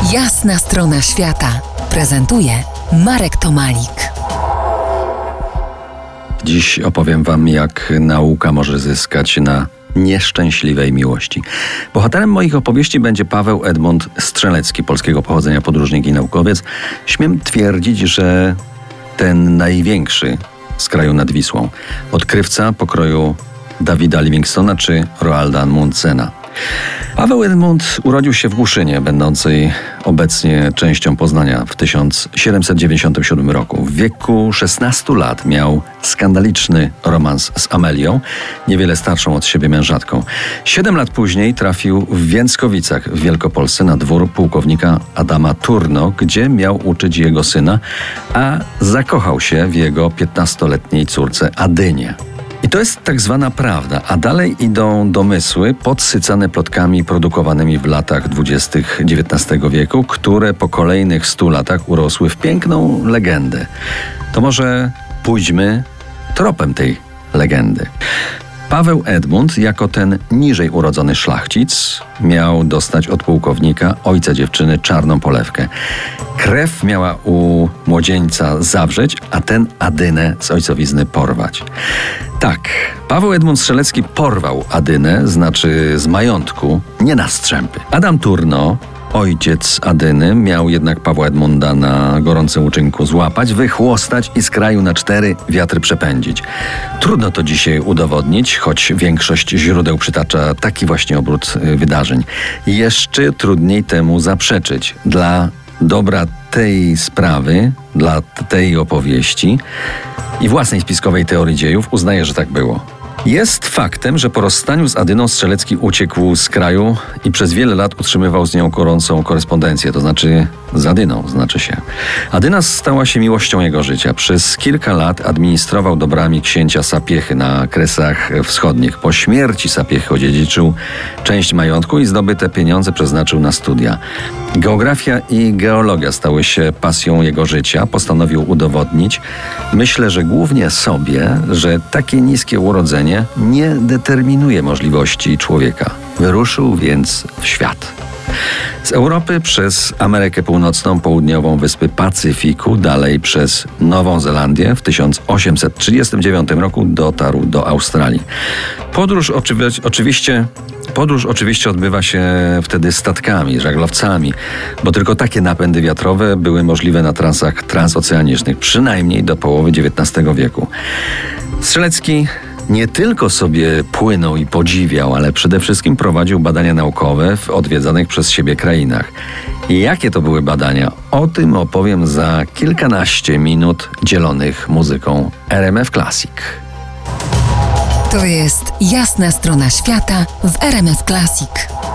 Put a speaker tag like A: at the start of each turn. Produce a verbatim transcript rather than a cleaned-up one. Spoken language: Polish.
A: Jasna strona świata prezentuje Marek Tomalik.
B: Dziś opowiem wam, jak nauka może zyskać na nieszczęśliwej miłości. Bohaterem moich opowieści będzie Paweł Edmund Strzelecki, polskiego pochodzenia podróżnik i naukowiec. Śmiem twierdzić, że ten największy z kraju nad Wisłą. Odkrywca pokroju Davida Livingstona czy Roalda Amundsena. Paweł Edmund urodził się w Głuszynie, będącej obecnie częścią Poznania, w tysiąc siedemset dziewięćdziesiątym siódmym roku. W wieku szesnastu lat miał skandaliczny romans z Amelią, niewiele starszą od siebie mężatką. Siedem lat później trafił w Więckowicach w Wielkopolsce na dwór pułkownika Adama Turno, gdzie miał uczyć jego syna, a zakochał się w jego piętnastoletniej córce Adynie. I to jest tak zwana prawda, a dalej idą domysły podsycane plotkami produkowanymi w latach dwudziestych dziewiętnastego wieku, które po kolejnych stu latach urosły w piękną legendę. To może pójdźmy tropem tej legendy. Paweł Edmund, jako ten niżej urodzony szlachcic, miał dostać od pułkownika, ojca dziewczyny, czarną polewkę. Krew miała u młodzieńca zawrzeć, a ten Adynę z ojcowizny porwać. Tak, Paweł Edmund Strzelecki porwał Adynę, znaczy z majątku, nie na strzępy. Adam Turno, ojciec Adyny, miał jednak Pawła Edmunda na gorącym uczynku złapać, wychłostać i z kraju na cztery wiatry przepędzić. Trudno to dzisiaj udowodnić, choć większość źródeł przytacza taki właśnie obrót wydarzeń. Jeszcze trudniej temu zaprzeczyć. Dla dobra tej sprawy, dla tej opowieści i własnej spiskowej teorii dziejów uznaję, że tak było. Jest faktem, że po rozstaniu z Adyną Strzelecki uciekł z kraju i przez wiele lat utrzymywał z nią gorącą korespondencję, to znaczy z Adyną, znaczy się. Adyna stała się miłością jego życia. Przez kilka lat administrował dobrami księcia Sapiechy na Kresach Wschodnich. Po śmierci Sapiechy odziedziczył część majątku i zdobyte pieniądze przeznaczył na studia. Geografia i geologia stały się pasją jego życia. Postanowił udowodnić, myślę, że głównie sobie, że takie niskie urodzenie nie determinuje możliwości człowieka. Wyruszył więc w świat. Z Europy przez Amerykę Północną, Południową, wyspy Pacyfiku, dalej przez Nową Zelandię. W tysiąc osiemset trzydziestym dziewiątym roku dotarł do Australii. Podróż oczywi- oczywiście... Podróż oczywiście odbywa się wtedy statkami, żaglowcami, bo tylko takie napędy wiatrowe były możliwe na trasach transoceanicznych, przynajmniej do połowy dziewiętnastego wieku. Strzelecki nie tylko sobie płynął i podziwiał, ale przede wszystkim prowadził badania naukowe w odwiedzanych przez siebie krainach. I jakie to były badania? O tym opowiem za kilkanaście minut dzielonych muzyką R M F Classic.
A: To jest Jasna strona świata w R M F Classic.